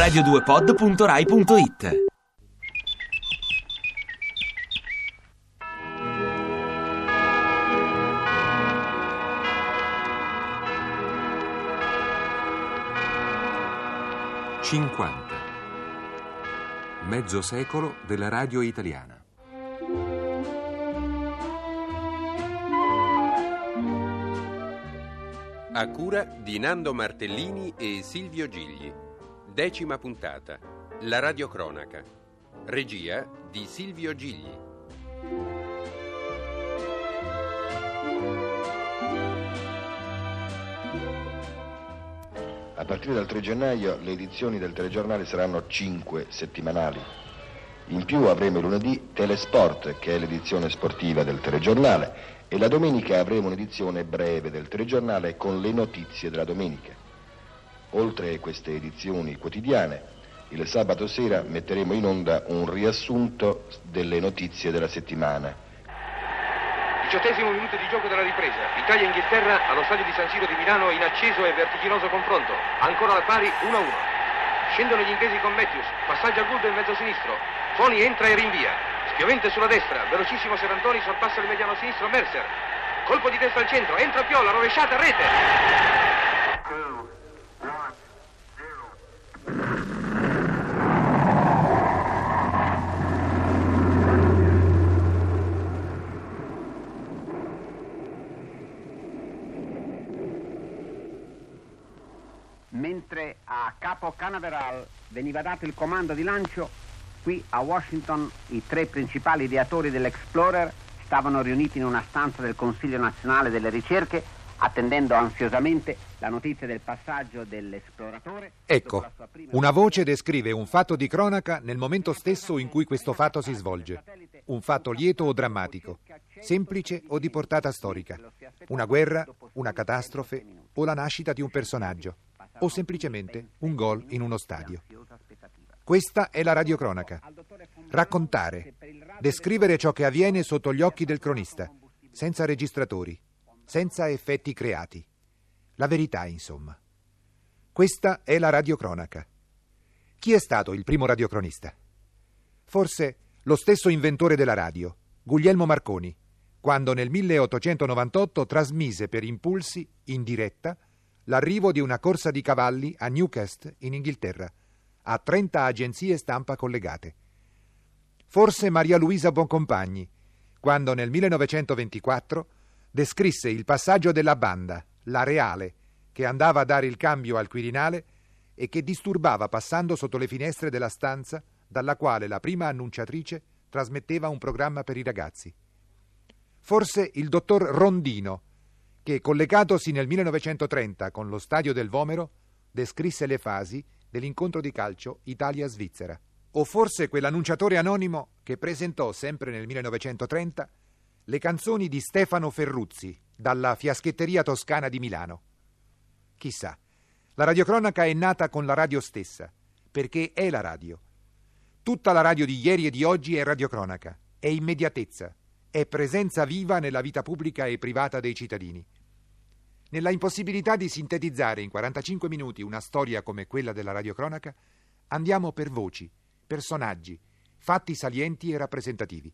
radio2pod.rai.it. '50. Mezzo secolo della radio italiana. A cura di Nando Martellini e Silvio Gigli. 10ª puntata. La radiocronaca. Regia di Silvio Gigli. A partire dal 3 gennaio le edizioni del telegiornale saranno 5 settimanali. In più avremo lunedì Telesport, che è l'edizione sportiva del telegiornale, e la domenica avremo un'edizione breve del telegiornale con le notizie della domenica. Oltre a queste edizioni quotidiane, il sabato sera metteremo in onda un riassunto delle notizie della settimana. 18° minuto di gioco della ripresa. Italia-Inghilterra allo stadio di San Siro di Milano in acceso e vertiginoso confronto. Ancora al pari 1-1. Scendono gli inglesi con Matthews. Passaggio a Gould in mezzo sinistro. Toni entra e rinvia. Spiovente sulla destra. Velocissimo Serantoni, sorpassa il mediano sinistro Mercer. Colpo di testa al centro. Entra Piolla, rovesciata, rete. 2, 1, 0. Mentre a Capo Canaveral veniva dato il comando di lancio, qui a Washington i 3 principali ideatori dell'Explorer stavano riuniti in una stanza del Consiglio Nazionale delle Ricerche, attendendo ansiosamente la notizia del passaggio dell'esploratore. Ecco, una voce descrive un fatto di cronaca nel momento stesso in cui questo fatto si svolge. Un fatto lieto o drammatico, semplice o di portata storica. Una guerra, una catastrofe o la nascita di un personaggio. O semplicemente un gol in uno stadio. Questa è la radiocronaca. Raccontare, descrivere ciò che avviene sotto gli occhi del cronista, senza registratori, senza effetti creati. La verità, insomma. Questa è la radiocronaca. Chi è stato il primo radiocronista? Forse lo stesso inventore della radio, Guglielmo Marconi, quando nel 1898 trasmise per impulsi, in diretta, l'arrivo di una corsa di cavalli a Newcastle, in Inghilterra, a 30 agenzie stampa collegate. Forse Maria Luisa Boncompagni, quando nel 1924 descrisse il passaggio della banda, la Reale, che andava a dare il cambio al Quirinale e che disturbava passando sotto le finestre della stanza dalla quale la prima annunciatrice trasmetteva un programma per i ragazzi. Forse il dottor Rondino, che, collegatosi nel 1930 con lo stadio del Vomero, descrisse le fasi dell'incontro di calcio Italia-Svizzera. O forse quell'annunciatore anonimo che presentò, sempre nel 1930, le canzoni di Stefano Ferruzzi dalla Fiaschetteria Toscana di Milano. Chissà, la radiocronaca è nata con la radio stessa, perché è la radio. Tutta la radio di ieri e di oggi è radiocronaca, è immediatezza, è presenza viva nella vita pubblica e privata dei cittadini. Nella impossibilità di sintetizzare in 45 minuti una storia come quella della radiocronaca, andiamo per voci, personaggi, fatti salienti e rappresentativi.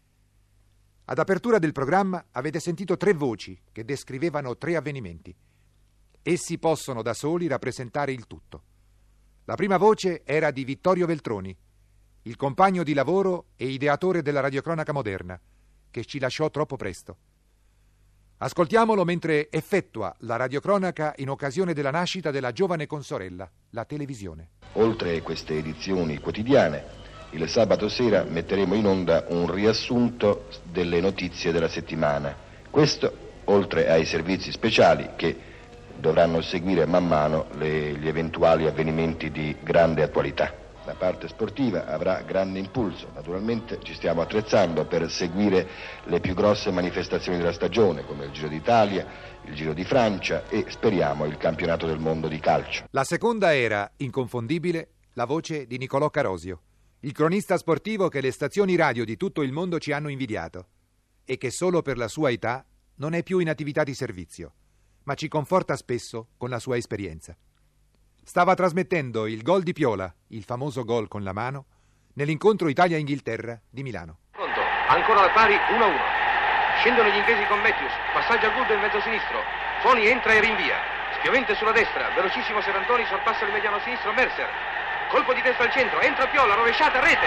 Ad apertura del programma avete sentito 3 voci che descrivevano 3 avvenimenti. Essi possono da soli rappresentare il tutto. La prima voce era di Vittorio Veltroni, il compagno di lavoro e ideatore della radiocronaca moderna, che ci lasciò troppo presto. Ascoltiamolo mentre effettua la radiocronaca in occasione della nascita della giovane consorella, la televisione. Oltre a queste edizioni quotidiane, il sabato sera metteremo in onda un riassunto delle notizie della settimana. Questo, oltre ai servizi speciali che dovranno seguire man mano gli eventuali avvenimenti di grande attualità. La parte sportiva avrà grande impulso, naturalmente ci stiamo attrezzando per seguire le più grosse manifestazioni della stagione, come il Giro d'Italia, il Giro di Francia e speriamo il campionato del mondo di calcio. La seconda era, inconfondibile, la voce di Nicolò Carosio, il cronista sportivo che le stazioni radio di tutto il mondo ci hanno invidiato e che solo per la sua età non è più in attività di servizio, ma ci conforta spesso con la sua esperienza. Stava trasmettendo il gol di Piola, il famoso gol con la mano, nell'incontro Italia-Inghilterra di Milano. Pronto, ancora al pari 1-1. Scendono gli inglesi con Matthews, passaggio a Gould in mezzo sinistro. Foni entra e rinvia. Spiovente sulla destra, velocissimo Serantoni, sorpassa il mediano sinistro Mercer. Colpo di testa al centro, entra Piola, rovesciata, rete.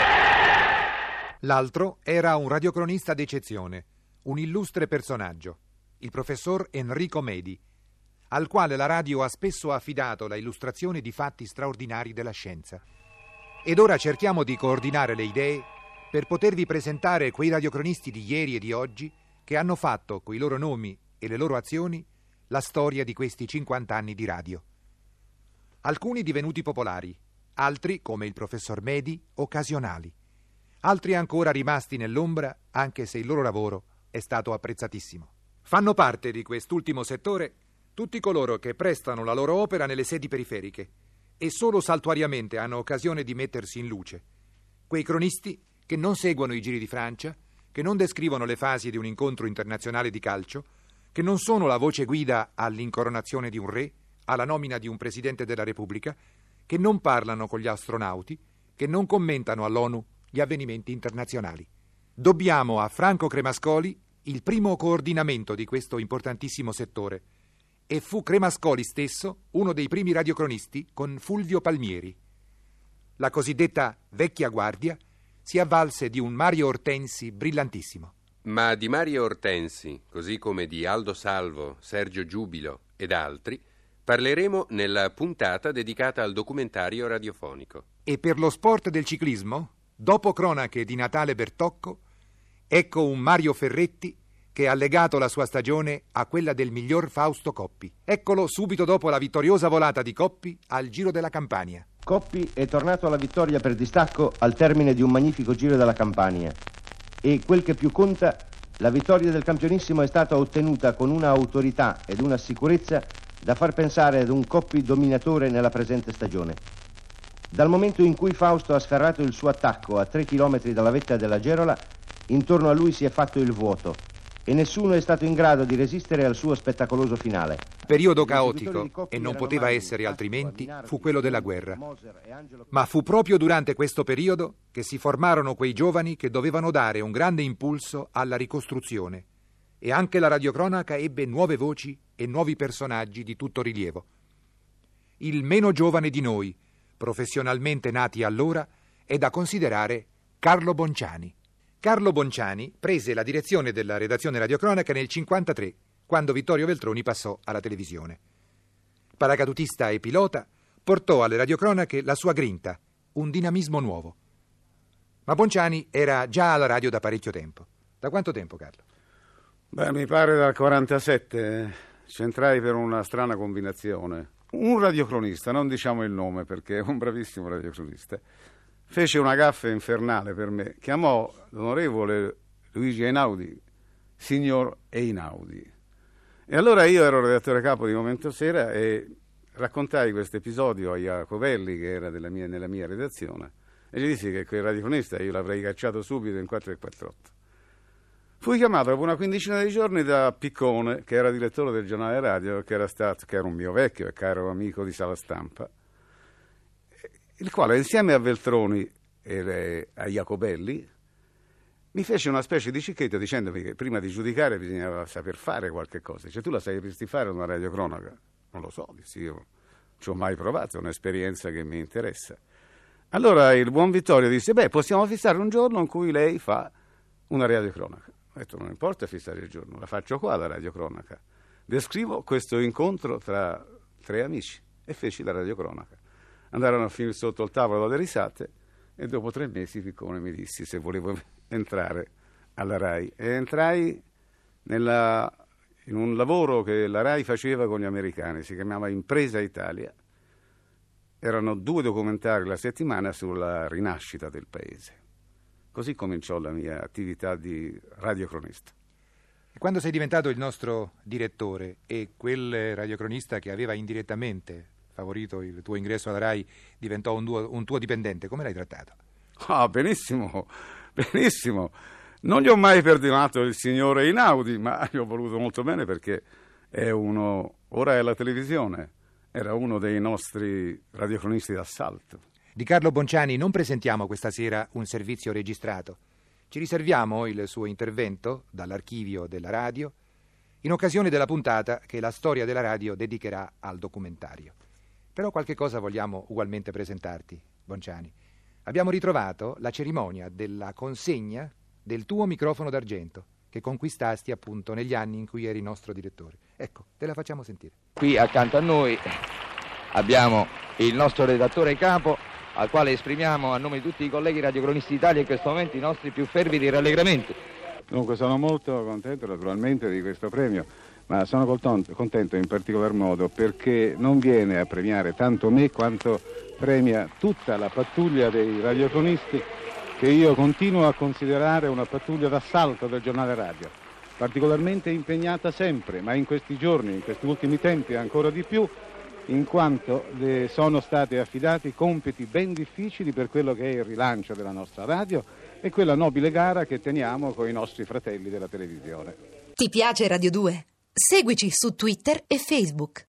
L'altro era un radiocronista d'eccezione, un illustre personaggio, il professor Enrico Medi, al quale la radio ha spesso affidato la illustrazione di fatti straordinari della scienza. Ed ora cerchiamo di coordinare le idee per potervi presentare quei radiocronisti di ieri e di oggi che hanno fatto, coi loro nomi e le loro azioni, la storia di questi 50 anni di radio. Alcuni divenuti popolari, altri, come il professor Medi, occasionali, altri ancora rimasti nell'ombra, anche se il loro lavoro è stato apprezzatissimo. Fanno parte di quest'ultimo settore tutti coloro che prestano la loro opera nelle sedi periferiche e solo saltuariamente hanno occasione di mettersi in luce. Quei cronisti che non seguono i giri di Francia, che non descrivono le fasi di un incontro internazionale di calcio, che non sono la voce guida all'incoronazione di un re, alla nomina di un presidente della Repubblica, che non parlano con gli astronauti, che non commentano all'ONU gli avvenimenti internazionali. Dobbiamo a Franco Cremascoli il primo coordinamento di questo importantissimo settore, e fu Cremascoli stesso uno dei primi radiocronisti con Fulvio Palmieri. La cosiddetta vecchia guardia si avvalse di un Mario Ortensi brillantissimo. Ma di Mario Ortensi, così come di Aldo Salvo, Sergio Giubilo ed altri, parleremo nella puntata dedicata al documentario radiofonico. E per lo sport del ciclismo, dopo cronache di Natale Bertocco, ecco un Mario Ferretti che ha legato la sua stagione a quella del miglior Fausto Coppi. Eccolo subito dopo la vittoriosa volata di Coppi al Giro della Campania. Coppi è tornato alla vittoria per distacco al termine di un magnifico Giro della Campania e, quel che più conta, la vittoria del campionissimo è stata ottenuta con una autorità ed una sicurezza da far pensare ad un Coppi dominatore nella presente stagione. Dal momento in cui Fausto ha sferrato il suo attacco a 3 chilometri dalla vetta della Gerola, intorno a lui si è fatto il vuoto e nessuno è stato in grado di resistere al suo spettacoloso finale. Periodo caotico, e non poteva essere altrimenti, fu quello della guerra. Ma fu proprio durante questo periodo che si formarono quei giovani che dovevano dare un grande impulso alla ricostruzione, e anche la radiocronaca ebbe nuove voci e nuovi personaggi di tutto rilievo. Il meno giovane di noi, professionalmente nati allora, è da considerare Carlo Bonciani. Carlo Bonciani prese la direzione della redazione radiocronaca nel 1953, quando Vittorio Veltroni passò alla televisione. Paracadutista e pilota, portò alle radiocronache la sua grinta, un dinamismo nuovo. Ma Bonciani era già alla radio da parecchio tempo. Da quanto tempo, Carlo? Beh, mi pare dal 47. C'entrai per una strana combinazione. Un radiocronista, non diciamo il nome perché è un bravissimo radiocronista, fece una gaffa infernale per me. Chiamò l'onorevole Luigi Einaudi signor Einaudi. E allora io ero redattore capo di Momento Sera e raccontai questo episodio a Jacobelli, che era nella mia redazione, e gli dissi che quel radiocronista io l'avrei cacciato subito in 448. Fui chiamato dopo una quindicina di giorni da Piccone, che era direttore del giornale radio, che era un mio vecchio e caro amico di Sala Stampa, il quale insieme a Veltroni e a Jacobelli mi fece una specie di cicchetto dicendomi che prima di giudicare bisognava saper fare qualche cosa. Dice, tu la sapresti fare una radiocronaca? Non lo so, dissi io, ci ho mai provato, è un'esperienza che mi interessa. Allora il buon Vittorio disse, possiamo fissare un giorno in cui lei fa una radiocronaca. Ho detto, non importa fissare il giorno, la faccio qua la radiocronaca. Descrivo questo incontro tra 3 amici e feci la radiocronaca. Andarono a finire sotto il tavolo dalle risate e dopo 3 mesi Piccone mi disse se volevo entrare alla RAI. E entrai in un lavoro che la RAI faceva con gli americani, si chiamava Impresa Italia. Erano 2 documentari la settimana sulla rinascita del paese. Così cominciò la mia attività di radiocronista. Quando sei diventato il nostro direttore e quel radiocronista che aveva indirettamente favorito il tuo ingresso alla RAI diventò un tuo dipendente, come l'hai trattato? Benissimo, benissimo. Non gli ho mai perdonato il signore Einaudi, ma gli ho voluto molto bene perché ora è alla televisione, Era uno dei nostri radiocronisti d'assalto. Di Carlo Bonciani non presentiamo questa sera un servizio registrato. Ci riserviamo il suo intervento dall'archivio della radio in occasione della puntata che la storia della radio dedicherà al documentario. Però qualche cosa vogliamo ugualmente presentarti, Bonciani. Abbiamo ritrovato la cerimonia della consegna del tuo microfono d'argento che conquistasti appunto negli anni in cui eri nostro direttore. Ecco, te la facciamo sentire. Qui accanto a noi abbiamo il nostro redattore capo, al quale esprimiamo a nome di tutti i colleghi radiocronisti d'Italia in questo momento i nostri più fervidi rallegramenti. Dunque sono molto contento naturalmente di questo premio, ma sono contento in particolar modo perché non viene a premiare tanto me quanto premia tutta la pattuglia dei radiocronisti che io continuo a considerare una pattuglia d'assalto del giornale radio, particolarmente impegnata sempre, ma in questi giorni, in questi ultimi tempi ancora di più, in quanto le sono stati affidati compiti ben difficili per quello che è il rilancio della nostra radio e quella nobile gara che teniamo con i nostri fratelli della televisione. Ti piace Radio 2? Seguici su Twitter e Facebook.